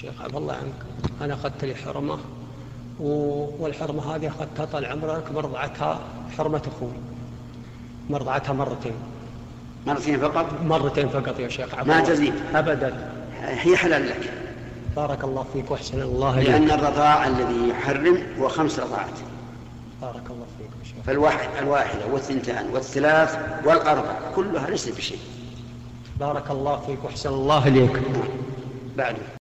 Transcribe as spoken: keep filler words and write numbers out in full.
شيخ عفى الله عنك، أنا أخذت لي حرمة والحرمة هذه أخذتها طال عمرك مرضعتها حرمة أخوي، مرضعتها مرتين. مرتين فقط؟ مرتين فقط يا شيخ عفى ما تزيد أبدا. هي حلال لك. بارك الله فيك وأحسن الله إليك. لأن الرضاع الذي يحرم هو خمس رضاعات. بارك الله فيك يا شيخ. فالواحد الواحدة والثنتان والثلاث والأربع كلها ليست بشيء. بارك الله فيك وأحسن الله إليك. بعد